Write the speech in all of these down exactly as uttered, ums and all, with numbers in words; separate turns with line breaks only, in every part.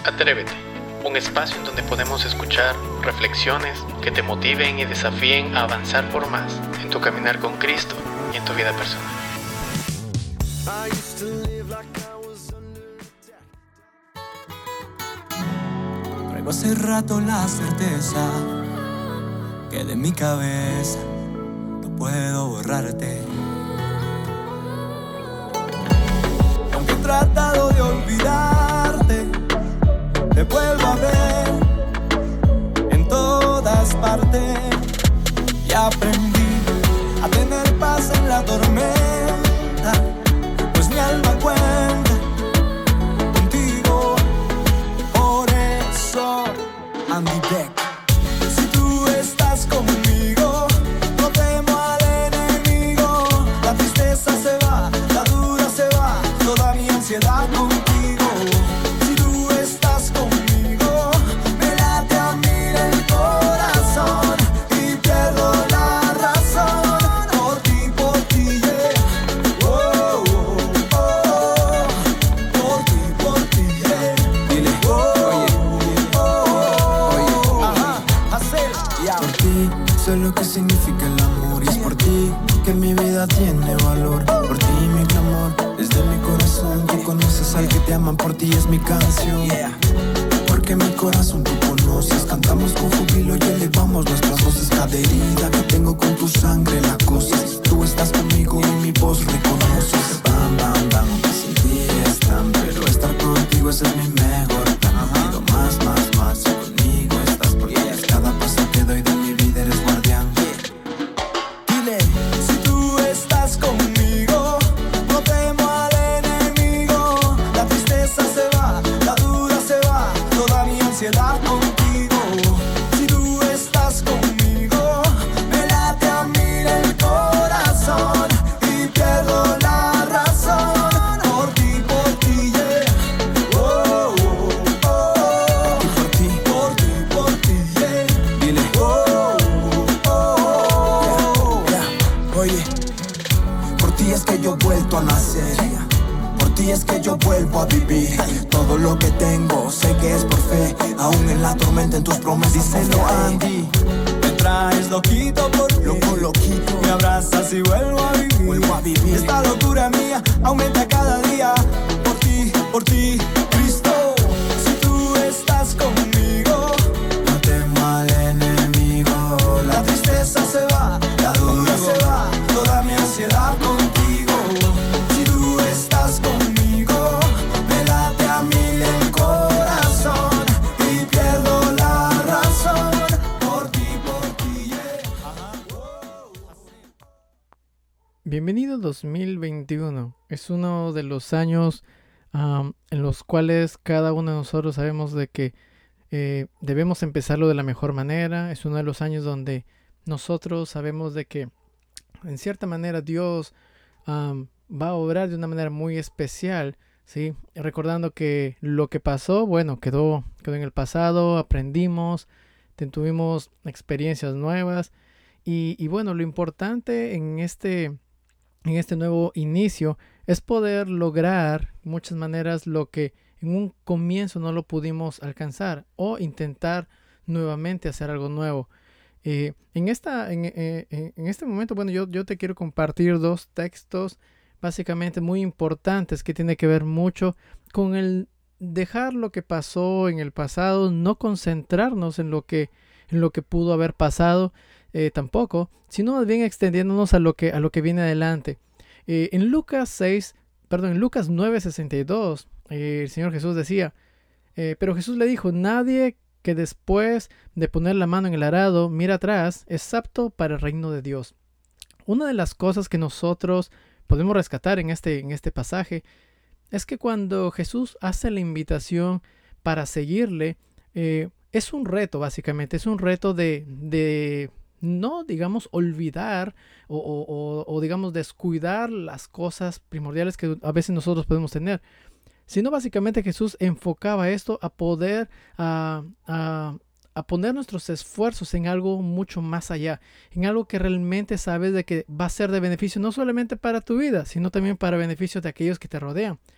Atrévete, un espacio en donde podemos escuchar reflexiones que te motiven y desafíen a avanzar por más en tu caminar con Cristo y en tu vida personal.
Traigo hace rato la certeza que de mi cabeza no puedo borrarte. Aunque he tratado de olvidarte, te vuelvo a ver en todas partes. Y aprendí a tener paz en la tormenta, pues mi alma cuenta contigo. Por eso, Andy Beck. Si tú estás conmigo, no temo al enemigo. La tristeza se va, la duda se va, toda mi ansiedad contigo. Si tú estás conmigo, me late a mí el corazón y pierdo la razón. Por ti, por ti, yeah. Oh, oh, oh. Por ti, por ti, yeah. Dile, oh, oye, oh, oye, ajá, hacer, yeah. Por ti, sé lo que significa el amor y es por ti que mi vida tiene valor. Por ti mi clamor desde mi corazón. Tú conoces al que te aman, por ti es mi canción. Porque mi corazón tú conoces. Cantamos con júbilo y elevamos nuestras voces. Cada herida que tengo con tu sangre la coces. Tú estás conmigo y mi voz reconoces. Bam, bam, bam, sin ti están, pero estar contigo ese es mi mejor plan. No pido más, más, más, si conmigo estás porque cada paso que doy de mi vida eres guardián. Dile, si tú estás conmigo, no temo al enemigo. La tristeza se va, la duda se va, toda mi ansiedad contigo. Si tú estás conmigo, me late a mí el corazón y pierdo la razón. Por ti, por ti, yeah. Oh, oh, oh. Y por ti, por ti, por ti, yeah. Dile, oh, oh, oh. Yeah. Oye, por ti es que yo he vuelto a nacer. Por ti es que yo vuelvo a vivir. Todo lo que tengo sé que es por fe. Aún en la tormenta en tus promesas. Díselo, Andy. Me traes loquito por mí. Loco, loquito. Me abrazas y vuelvo a vivir. Vuelvo a vivir. Esta locura mía aumenta cada día. Por ti, por ti, Cristo. Si tú estás conmigo, no temo al enemigo. La tristeza se va, la duda se va, toda mi ansiedad contigo. Si tú estás conmigo, me late a mí el corazón y pierdo la razón. Por ti, por ti, yeah.
Bienvenido dos mil veintiuno. Es uno de los años um, en los cuales cada uno de nosotros sabemos de que eh, debemos empezarlo de la mejor manera. Es uno de los años donde nosotros sabemos de que en cierta manera Dios um, va a obrar de una manera muy especial, ¿sí? Recordando que lo que pasó, bueno, quedó, quedó en el pasado, aprendimos, tuvimos experiencias nuevas y, y bueno, lo importante en este, en este nuevo inicio es poder lograr de muchas maneras lo que en un comienzo no lo pudimos alcanzar o intentar nuevamente hacer algo nuevo. Eh, en, esta, en, eh, en este momento, bueno, yo, yo te quiero compartir dos textos básicamente muy importantes que tienen que ver mucho con el dejar lo que pasó en el pasado, no concentrarnos en lo que, en lo que pudo haber pasado eh, tampoco, sino más bien extendiéndonos a lo que, a lo que viene adelante. Eh, en Lucas seis, perdón, en Lucas nueve sesenta y dos, eh, el Señor Jesús decía, eh, pero Jesús le dijo, nadie que después de poner la mano en el arado mira atrás es apto para el reino de Dios. Una de las cosas que nosotros podemos rescatar en este, en este pasaje es que cuando Jesús hace la invitación para seguirle, eh, es un reto básicamente, es un reto de, de no, digamos, olvidar o, o, o, o, digamos, descuidar las cosas primordiales que a veces nosotros podemos tener, sino básicamente Jesús enfocaba esto a poder a, a, a poner nuestros esfuerzos en algo mucho más allá, en algo que realmente sabes de que va a ser de beneficio no solamente para tu vida, sino también para beneficio de aquellos que te rodean.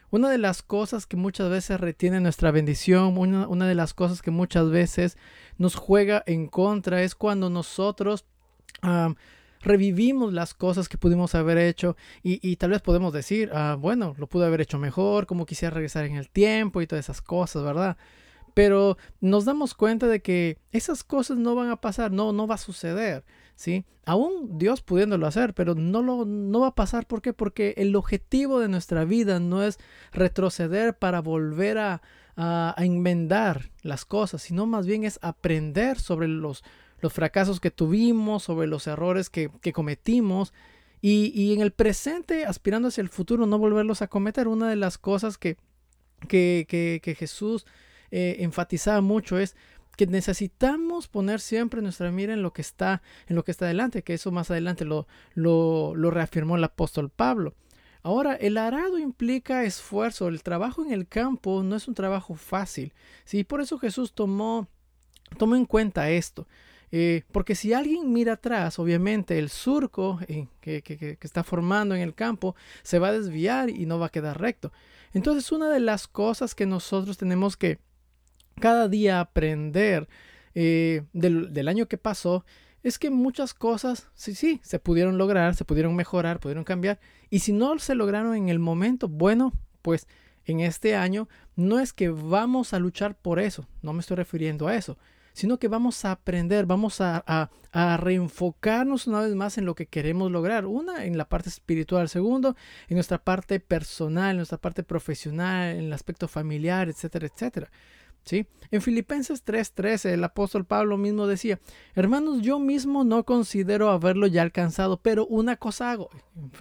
Una de las cosas que muchas veces retiene nuestra bendición, una, una de las cosas que muchas veces nos juega en contra es cuando nosotros um, revivimos las cosas que pudimos haber hecho y, y tal vez podemos decir, ah, bueno, lo pude haber hecho mejor, como quisiera regresar en el tiempo y todas esas cosas, ¿verdad? Pero nos damos cuenta de que esas cosas no van a pasar, no, no va a suceder, ¿sí? Aún Dios pudiéndolo hacer, pero no, lo, no va a pasar. ¿Por qué? Porque el objetivo de nuestra vida no es retroceder para volver a, a, a enmendar las cosas, sino más bien es aprender sobre los, los fracasos que tuvimos, sobre los errores que, que cometimos y, y en el presente, aspirando hacia el futuro, no volverlos a cometer. Una de las cosas que, que, que, que Jesús Eh, enfatizaba mucho es que necesitamos poner siempre nuestra mira en lo que está en lo que está adelante, que eso más adelante lo, lo, lo reafirmó el apóstol Pablo. Ahora, el arado implica esfuerzo. El trabajo en el campo no es un trabajo fácil, ¿sí? Por eso Jesús tomó, tomó en cuenta esto. Eh, porque si alguien mira atrás, obviamente el surco eh, que, que, que está formando en el campo se va a desviar y no va a quedar recto. Entonces, una de las cosas que nosotros tenemos que cada día aprender eh, del, del año que pasó es que muchas cosas sí, sí, se pudieron lograr, se pudieron mejorar, pudieron cambiar. Y si no se lograron en el momento, bueno, pues en este año no es que vamos a luchar por eso, no me estoy refiriendo a eso, sino que vamos a aprender, vamos a, a, a reenfocarnos una vez más en lo que queremos lograr. Una, en la parte espiritual. Segundo, en nuestra parte personal, en nuestra parte profesional, en el aspecto familiar, etcétera, etcétera. ¿Sí? En Filipenses tres trece el apóstol Pablo mismo decía: hermanos, yo mismo no considero haberlo ya alcanzado, pero una cosa hago.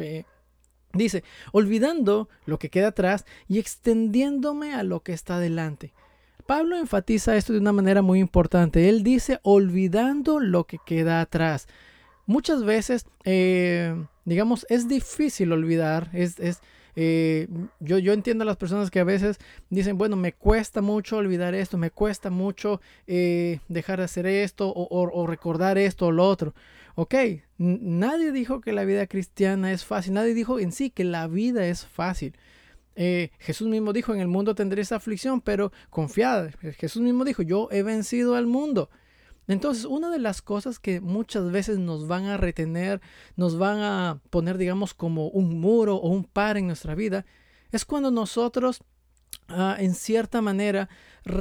Dice, olvidando lo que queda atrás y extendiéndome a lo que está delante. Pablo enfatiza esto de una manera muy importante. Él dice, olvidando lo que queda atrás. Muchas veces, eh, digamos, es difícil olvidar, es... es Eh, yo, yo entiendo a las personas que a veces dicen, bueno, me cuesta mucho olvidar esto, me cuesta mucho eh, dejar de hacer esto o, o, o recordar esto o lo otro. Ok, n- nadie dijo que la vida cristiana es fácil, nadie dijo en sí que la vida es fácil. Eh, Jesús mismo dijo, en el mundo tendréis aflicción, pero confiad. Jesús mismo dijo, yo he vencido al mundo. Entonces, una de las cosas que muchas veces nos van a retener, nos van a poner, digamos, como un muro o un par en nuestra vida, es cuando nosotros, uh, en cierta manera,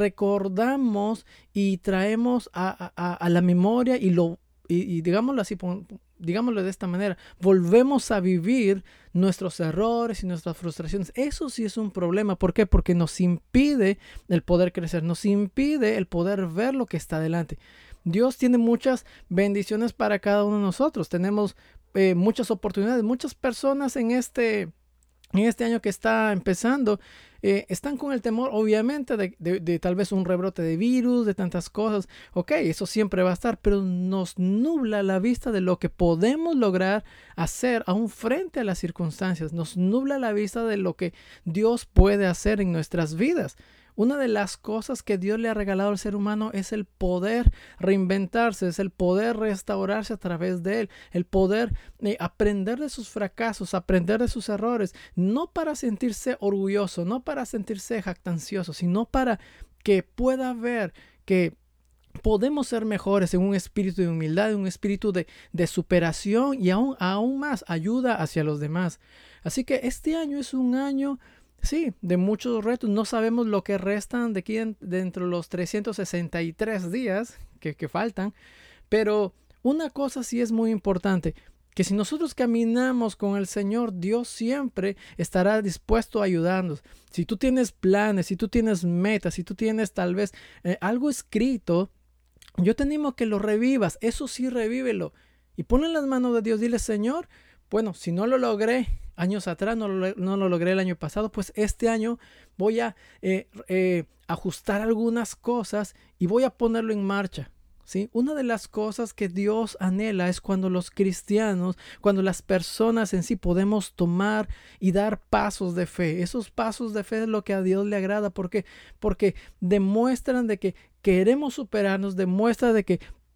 recordamos y traemos a, a, a la memoria y lo, y, y digámoslo así, digámoslo de esta manera, volvemos a vivir nuestros errores y nuestras frustraciones. Eso sí es un problema. ¿Por qué? Porque nos impide el poder crecer, nos impide el poder ver lo que está adelante. Dios tiene muchas bendiciones para cada uno de nosotros. Tenemos eh, muchas oportunidades. Muchas personas en este, en este año que está empezando eh, están con el temor, obviamente, de, de, de tal vez un rebrote de virus, de tantas cosas. Ok, eso siempre va a estar, pero nos nubla la vista de lo que podemos lograr hacer aún frente a las circunstancias. Nos nubla la vista de lo que Dios puede hacer en nuestras vidas. Una de las cosas que Dios le ha regalado al ser humano es el poder reinventarse, es el poder restaurarse a través de él, el poder eh, aprender de sus fracasos, aprender de sus errores, no para sentirse orgulloso, no para sentirse jactancioso, sino para que pueda ver que podemos ser mejores en un espíritu de humildad, en un espíritu de, de superación y aún, aún más ayuda hacia los demás. Así que este año es un año, sí, de muchos retos. No sabemos lo que restan de aquí dentro de los trescientos sesenta y tres días que, que faltan. Pero una cosa sí es muy importante, que si nosotros caminamos con el Señor, Dios siempre estará dispuesto a ayudarnos. Si tú tienes planes, si tú tienes metas, si tú tienes tal vez eh, algo escrito, yo te animo a que lo revivas. Eso sí, revívelo. Y ponle en las manos de Dios. Dile, Señor, bueno, si no lo logré años atrás, no lo, no lo logré el año pasado, pues este año voy a eh, eh, ajustar algunas cosas y voy a ponerlo en marcha. ¿Sí? Una de las cosas que Dios anhela es cuando los cristianos, cuando las personas en sí podemos tomar y dar pasos de fe. Esos pasos de fe es lo que a Dios le agrada. ¿Por qué? Porque demuestran de que queremos superarnos, demuestra de que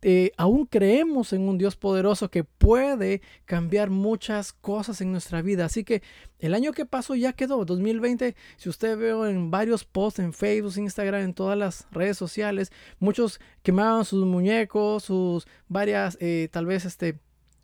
eh, aún creemos en un Dios poderoso que puede cambiar muchas cosas en nuestra vida. Así que el año que pasó ya quedó, dos mil veinte. Si usted veo en varios posts en Facebook, Instagram, en todas las redes sociales, muchos quemaban sus muñecos, sus varias, eh, tal vez, este,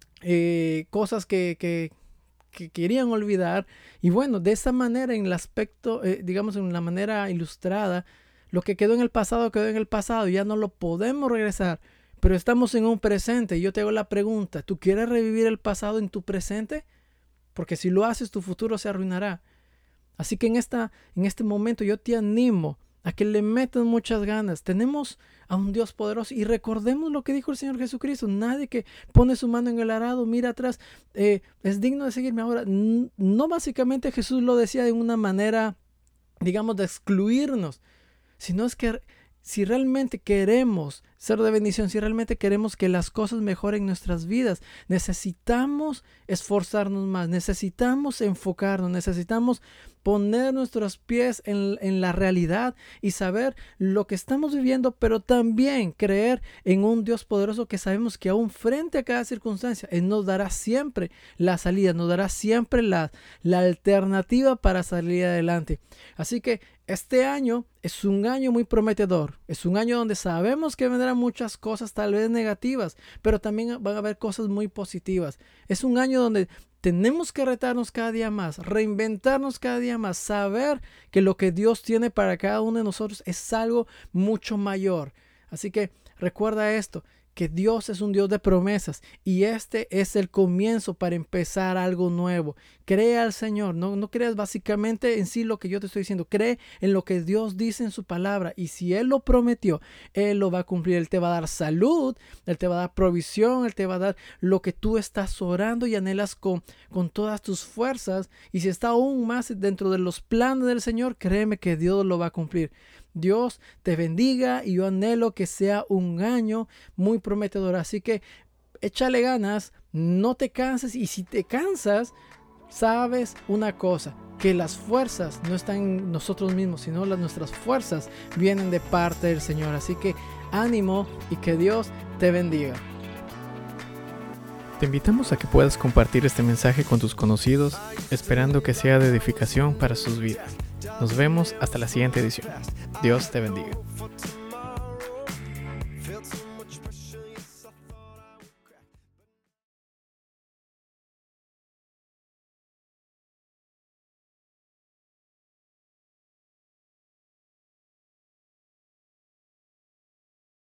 eh, cosas que... que que querían olvidar. Y bueno, de esa manera, en el aspecto, eh, digamos, en la manera ilustrada, lo que quedó en el pasado, quedó en el pasado, ya no lo podemos regresar, pero estamos en un presente. Y yo te hago la pregunta, ¿tú quieres revivir el pasado en tu presente? Porque si lo haces, tu futuro se arruinará. Así que en, esta, en este momento yo te animo a que le metan muchas ganas. Tenemos a un Dios poderoso y recordemos lo que dijo el Señor Jesucristo. Nadie que pone su mano en el arado, mira atrás, eh, es digno de seguirme. Ahora, no básicamente Jesús lo decía de una manera, digamos, de excluirnos, sino es que si realmente queremos ser de bendición, si realmente queremos que las cosas mejoren en nuestras vidas, necesitamos esforzarnos más, necesitamos enfocarnos, necesitamos poner nuestros pies en, en la realidad y saber lo que estamos viviendo, pero también creer en un Dios poderoso que sabemos que aún frente a cada circunstancia, Él nos dará siempre la salida, nos dará siempre la, la alternativa para salir adelante. Así que este año es un año muy prometedor, es un año donde sabemos que vendrán muchas cosas tal vez negativas, pero también van a haber cosas muy positivas. Es un año donde tenemos que retarnos cada día más, reinventarnos cada día más, saber que lo que Dios tiene para cada uno de nosotros es algo mucho mayor. Así que recuerda esto, que Dios es un Dios de promesas y este es el comienzo para empezar algo nuevo. Cree al Señor, no, no creas básicamente en sí lo que yo te estoy diciendo, cree en lo que Dios dice en su palabra y si Él lo prometió, Él lo va a cumplir. Él te va a dar salud, Él te va a dar provisión, Él te va a dar lo que tú estás orando y anhelas con, con todas tus fuerzas, y si está aún más dentro de los planes del Señor, créeme que Dios lo va a cumplir. Dios te bendiga y yo anhelo que sea un año muy prometedor. Así que échale ganas, no te canses, y si te cansas, sabes una cosa, que las fuerzas no están en nosotros mismos, sino las nuestras fuerzas vienen de parte del Señor. Así que ánimo y que Dios te bendiga.
Te invitamos a que puedas compartir este mensaje con tus conocidos, esperando que sea de edificación para sus vidas. Nos vemos hasta la siguiente edición. Dios te bendiga.